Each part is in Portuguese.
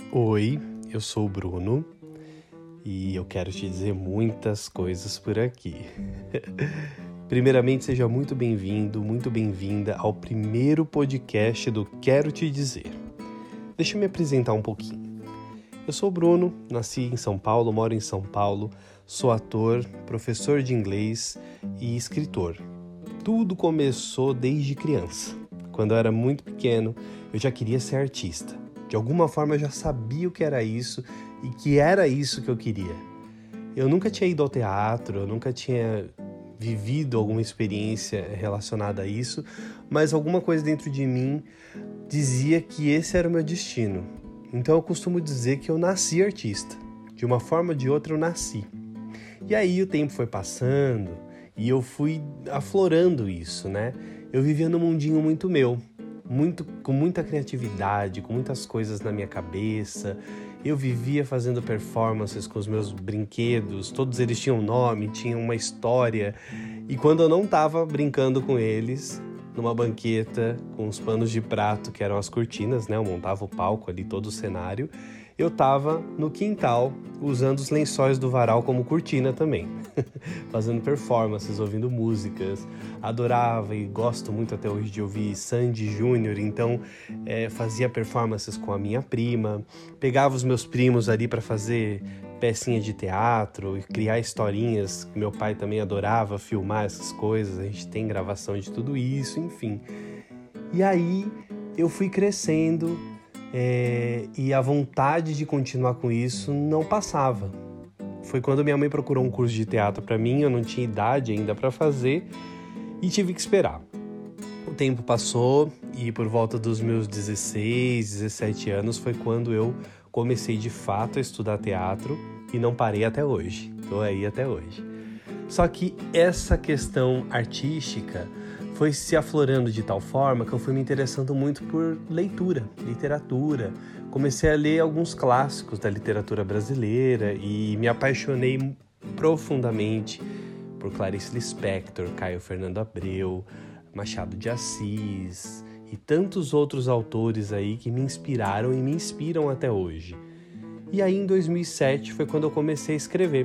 Oi, eu sou o Bruno e eu quero te dizer muitas coisas por aqui. Primeiramente, seja muito bem-vindo, muito bem-vinda ao primeiro podcast do Quero Te Dizer. Deixa eu me apresentar um pouquinho. Eu sou o Bruno, nasci em São Paulo, moro em São Paulo, sou ator, professor de inglês e escritor. Tudo começou desde criança. Quando eu era muito pequeno, eu já queria ser artista. De alguma forma eu já sabia o que era isso e que era isso que eu queria. Eu nunca tinha ido ao teatro, eu nunca tinha vivido alguma experiência relacionada a isso, mas alguma coisa dentro de mim dizia que esse era o meu destino. Então eu costumo dizer que eu nasci artista. De uma forma ou de outra eu nasci. E aí o tempo foi passando e eu fui aflorando isso, né? Eu vivia num mundinho muito meu. Com muita criatividade, com muitas coisas na minha cabeça. Eu vivia fazendo performances com os meus brinquedos, todos eles tinham nome, tinham uma história. E quando eu não estava brincando com eles, numa banqueta com os panos de prato, que eram as cortinas, né? Eu montava o palco ali, todo o cenário. Eu estava no quintal, usando os lençóis do varal como cortina também, fazendo performances, ouvindo músicas. Adorava e gosto muito até hoje de ouvir Sandy Júnior, então fazia performances com a minha prima, pegava os meus primos ali para fazer pecinha de teatro e criar historinhas. Meu pai também adorava filmar essas coisas, a gente tem gravação de tudo isso, enfim. E aí eu fui crescendo, e a vontade de continuar com isso não passava. Foi quando minha mãe procurou um curso de teatro para mim, eu não tinha idade ainda para fazer e tive que esperar. O tempo passou e por volta dos meus 16, 17 anos foi quando eu comecei de fato a estudar teatro e não parei até hoje. Estou aí até hoje. Só que essa questão artística foi se aflorando de tal forma que eu fui me interessando muito por leitura, literatura. Comecei a ler alguns clássicos da literatura brasileira e me apaixonei profundamente por Clarice Lispector, Caio Fernando Abreu, Machado de Assis e tantos outros autores aí que me inspiraram e me inspiram até hoje. E aí em 2007 foi quando eu comecei a escrever.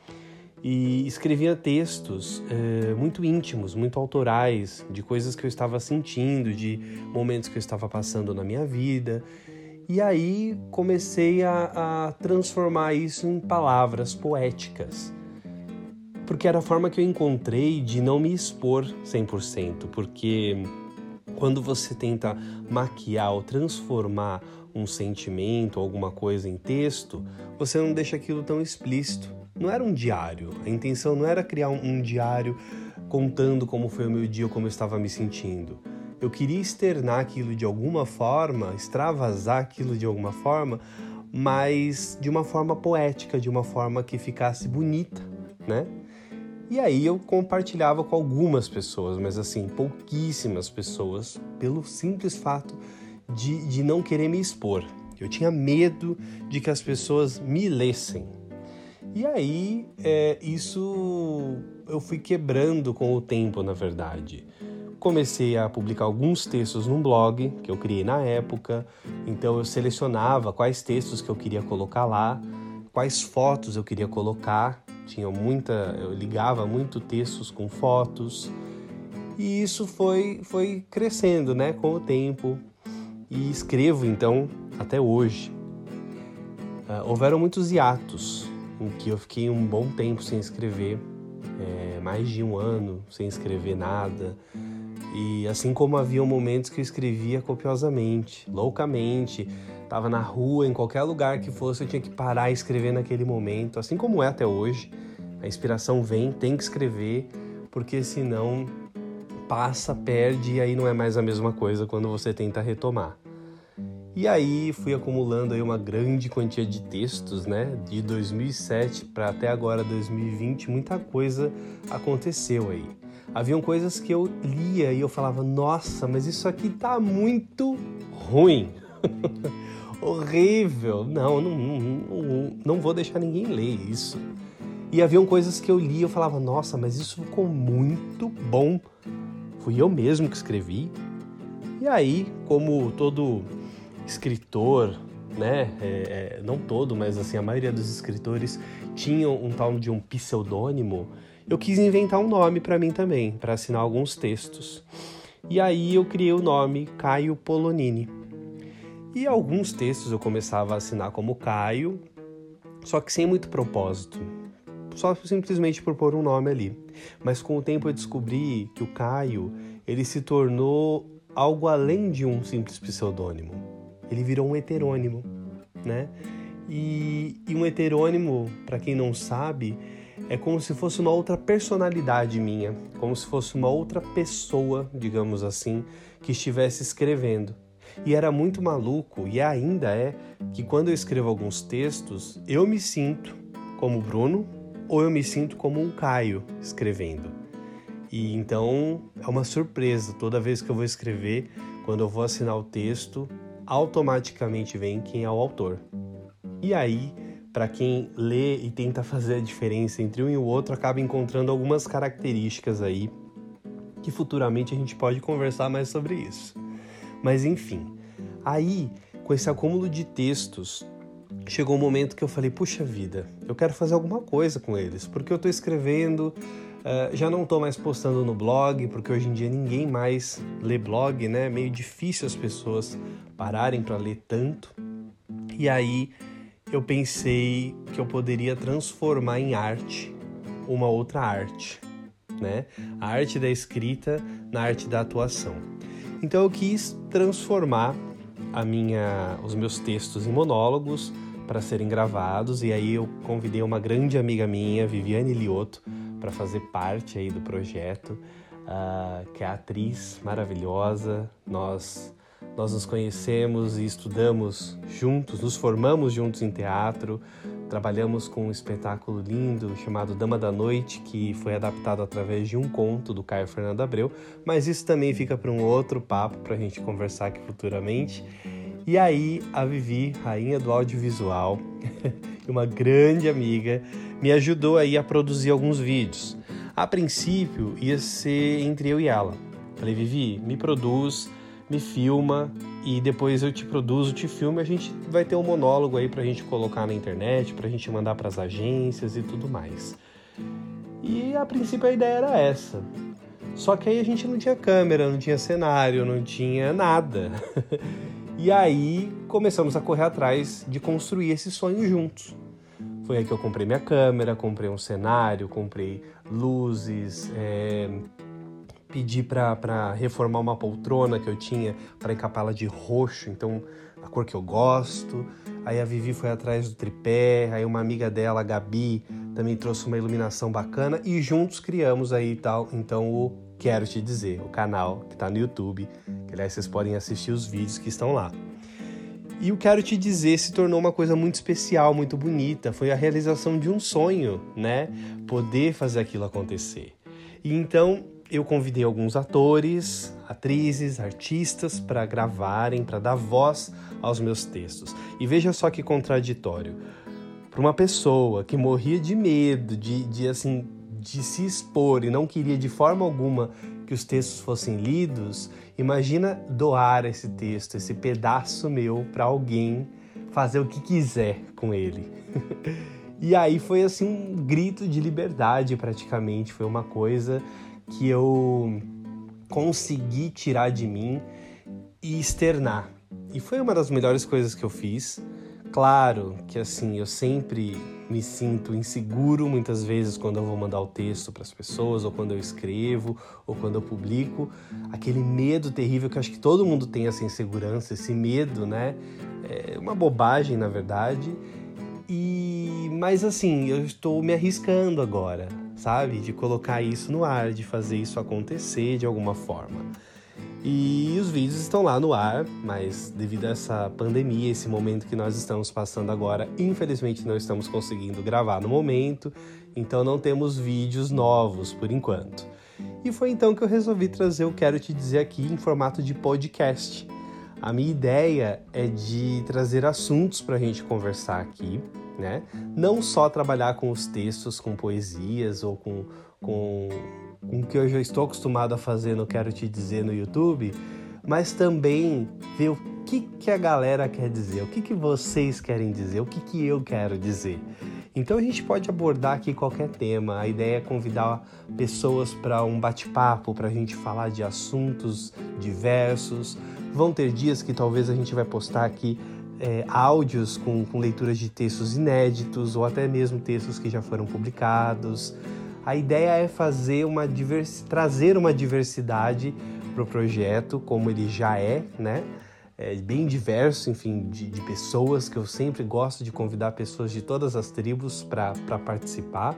E escrevia textos muito íntimos, muito autorais, de coisas que eu estava sentindo, de momentos que eu estava passando na minha vida. E aí comecei a transformar isso em palavras poéticas. Porque era a forma que eu encontrei de não me expor 100%. Porque quando você tenta maquiar ou transformar um sentimento, alguma coisa em texto, você não deixa aquilo tão explícito. Não era um diário, a intenção não era criar um diário contando como foi o meu dia ou como eu estava me sentindo. Eu queria externar aquilo de alguma forma, extravasar aquilo de alguma forma, mas de uma forma poética, de uma forma que ficasse bonita, né? E aí eu compartilhava com algumas pessoas, mas assim, pouquíssimas pessoas, pelo simples fato de não querer me expor. Eu tinha medo de que as pessoas me lessem. E aí, isso eu fui quebrando com o tempo, na verdade. Comecei a publicar alguns textos num blog que eu criei na época, então eu selecionava quais textos que eu queria colocar lá, quais fotos eu queria colocar, eu ligava muito textos com fotos, e isso foi crescendo, né, com o tempo, e escrevo então até hoje. Houveram muitos hiatos em que eu fiquei um bom tempo sem escrever, mais de um ano sem escrever nada. E assim como havia momentos que eu escrevia copiosamente, loucamente, estava na rua, em qualquer lugar que fosse, eu tinha que parar e escrever naquele momento, assim como é até hoje. A inspiração vem, tem que escrever, porque senão passa, perde e aí não é mais a mesma coisa quando você tenta retomar. E aí fui acumulando aí uma grande quantia de textos, né? De 2007 para até agora 2020, muita coisa aconteceu aí. Haviam coisas que eu lia e eu falava, nossa, mas isso aqui tá muito ruim. Horrível. Não vou deixar ninguém ler isso. E haviam coisas que eu lia e eu falava, nossa, mas isso ficou muito bom. Fui eu mesmo que escrevi. E aí, como todo escritor, né? Não todo, mas assim, a maioria dos escritores tinham um tal de um pseudônimo. Eu quis inventar um nome para mim também, para assinar alguns textos. E aí eu criei o nome Caio Polonini. E alguns textos eu começava a assinar como Caio, só que sem muito propósito. Só simplesmente por pôr um nome ali. Mas com o tempo eu descobri que o Caio, ele se tornou algo além de um simples pseudônimo. Ele virou um heterônimo, né? E um heterônimo, para quem não sabe, é como se fosse uma outra personalidade minha, como se fosse uma outra pessoa, digamos assim, que estivesse escrevendo. E era muito maluco, e ainda é, que quando eu escrevo alguns textos, eu me sinto como Bruno ou eu me sinto como um Caio escrevendo. E então é uma surpresa, toda vez que eu vou escrever, quando eu vou assinar o texto, automaticamente vem quem é o autor. E aí, para quem lê e tenta fazer a diferença entre um e o outro, acaba encontrando algumas características aí que futuramente a gente pode conversar mais sobre isso. Mas enfim, aí, com esse acúmulo de textos, chegou um momento que eu falei, puxa vida, eu quero fazer alguma coisa com eles, porque eu estou escrevendo, já não estou mais postando no blog, porque hoje em dia ninguém mais lê blog, né? É meio difícil as pessoas pararem para ler tanto. E aí eu pensei que eu poderia transformar em arte uma outra arte, né? A arte da escrita na arte da atuação. Então eu quis transformar os meus textos em monólogos para serem gravados, e aí eu convidei uma grande amiga minha, Viviane Liotto, para fazer parte aí do projeto, que é atriz maravilhosa. Nós nos conhecemos e estudamos juntos, nos formamos juntos em teatro, trabalhamos com um espetáculo lindo chamado Dama da Noite, que foi adaptado através de um conto do Caio Fernando Abreu, mas isso também fica para um outro papo para a gente conversar aqui futuramente. E aí a Vivi, rainha do audiovisual, uma grande amiga, me ajudou aí a produzir alguns vídeos. A princípio ia ser entre eu e ela. Falei, Vivi, me produz, me filma e depois eu te produzo, te filmo e a gente vai ter um monólogo aí pra gente colocar na internet, pra gente mandar pras agências e tudo mais. E a princípio a ideia era essa. Só que aí a gente não tinha câmera, não tinha cenário, não tinha nada. E aí começamos a correr atrás de construir esse sonho juntos. Foi aí que eu comprei minha câmera, comprei um cenário, comprei luzes, pedi para reformar uma poltrona que eu tinha para encapá-la de roxo, então a cor que eu gosto. Aí a Vivi foi atrás do tripé, aí uma amiga dela, a Gabi, também trouxe uma iluminação bacana e juntos criamos aí então o Quero Te Dizer, o canal que está no YouTube, que aliás vocês podem assistir os vídeos que estão lá. E o Quero Te Dizer se tornou uma coisa muito especial, muito bonita, foi a realização de um sonho, né? Poder fazer aquilo acontecer. E então eu convidei alguns atores, atrizes, artistas para gravarem, para dar voz aos meus textos. E veja só que contraditório. Para uma pessoa que morria de medo, de se expor e não queria de forma alguma que os textos fossem lidos, imagina doar esse texto, esse pedaço meu para alguém fazer o que quiser com ele. E aí foi assim um grito de liberdade praticamente, foi uma coisa que eu consegui tirar de mim e externar. E foi uma das melhores coisas que eu fiz. Claro que assim, eu sempre me sinto inseguro muitas vezes quando eu vou mandar o texto para as pessoas, ou quando eu escrevo, ou quando eu publico. Aquele medo terrível que eu acho que todo mundo tem, essa insegurança, esse medo, né? É uma bobagem, na verdade. Mas assim, eu estou me arriscando agora, sabe? De colocar isso no ar, de fazer isso acontecer de alguma forma. E os vídeos estão lá no ar, mas devido a essa pandemia, esse momento que nós estamos passando agora, infelizmente não estamos conseguindo gravar no momento, então não temos vídeos novos por enquanto. E foi então que eu resolvi trazer o Quero Te Dizer aqui em formato de podcast. A minha ideia é de trazer assuntos para a gente conversar aqui, né? Não só trabalhar com os textos, com poesias ou com o que eu já estou acostumado a fazer no Quero Te Dizer no YouTube, mas também ver o que a galera quer dizer, o que vocês querem dizer, o que eu quero dizer. Então a gente pode abordar aqui qualquer tema. A ideia é convidar pessoas para um bate-papo, para a gente falar de assuntos diversos. Vão ter dias que talvez a gente vai postar aqui áudios com leituras de textos inéditos ou até mesmo textos que já foram publicados. A ideia é trazer uma diversidade para o projeto, como ele já é, né? É bem diverso, enfim, de pessoas, que eu sempre gosto de convidar pessoas de todas as tribos para participar,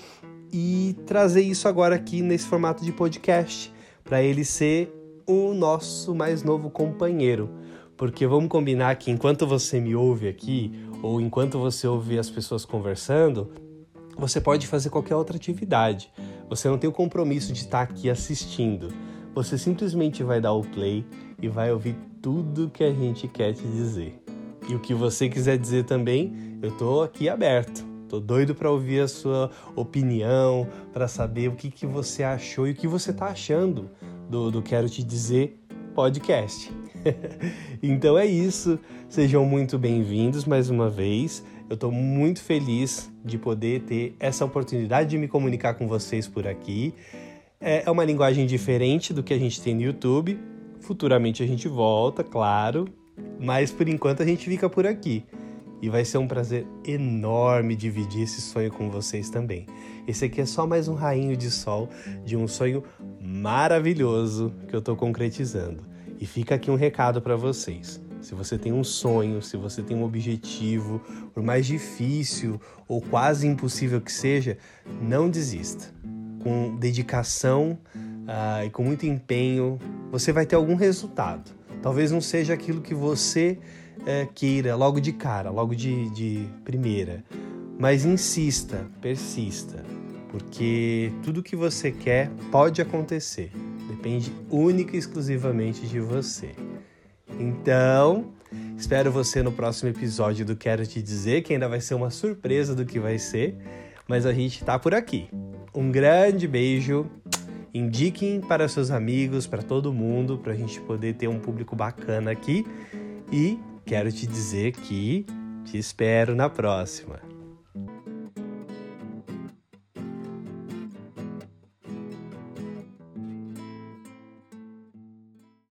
e trazer isso agora aqui nesse formato de podcast, para ele ser o nosso mais novo companheiro. Porque vamos combinar que enquanto você me ouve aqui, ou enquanto você ouve as pessoas conversando, você pode fazer qualquer outra atividade. Você não tem o compromisso de estar aqui assistindo. Você simplesmente vai dar o play e vai ouvir tudo que a gente quer te dizer. E o que você quiser dizer também, eu tô aqui aberto. Tô doido para ouvir a sua opinião, para saber o que você achou e o que você tá achando do Quero Te Dizer podcast. Então é isso. Sejam muito bem-vindos mais uma vez. Eu tô muito feliz de poder ter essa oportunidade de me comunicar com vocês por aqui. É uma linguagem diferente do que a gente tem no YouTube. Futuramente a gente volta, claro, mas por enquanto a gente fica por aqui. E vai ser um prazer enorme dividir esse sonho com vocês também. Esse aqui é só mais um rainho de sol de um sonho maravilhoso que eu estou concretizando. E fica aqui um recado para vocês. Se você tem um sonho, se você tem um objetivo, por mais difícil ou quase impossível que seja, não desista. Com dedicação e com muito empenho, você vai ter algum resultado. Talvez não seja aquilo que você queira logo de cara, logo de primeira. Mas insista, persista, porque tudo que você quer pode acontecer. Depende única e exclusivamente de você. Então, espero você no próximo episódio do Quero Te Dizer, que ainda vai ser uma surpresa do que vai ser, mas a gente tá por aqui. Um grande beijo, indiquem para seus amigos, para todo mundo, para a gente poder ter um público bacana aqui, e quero te dizer que te espero na próxima.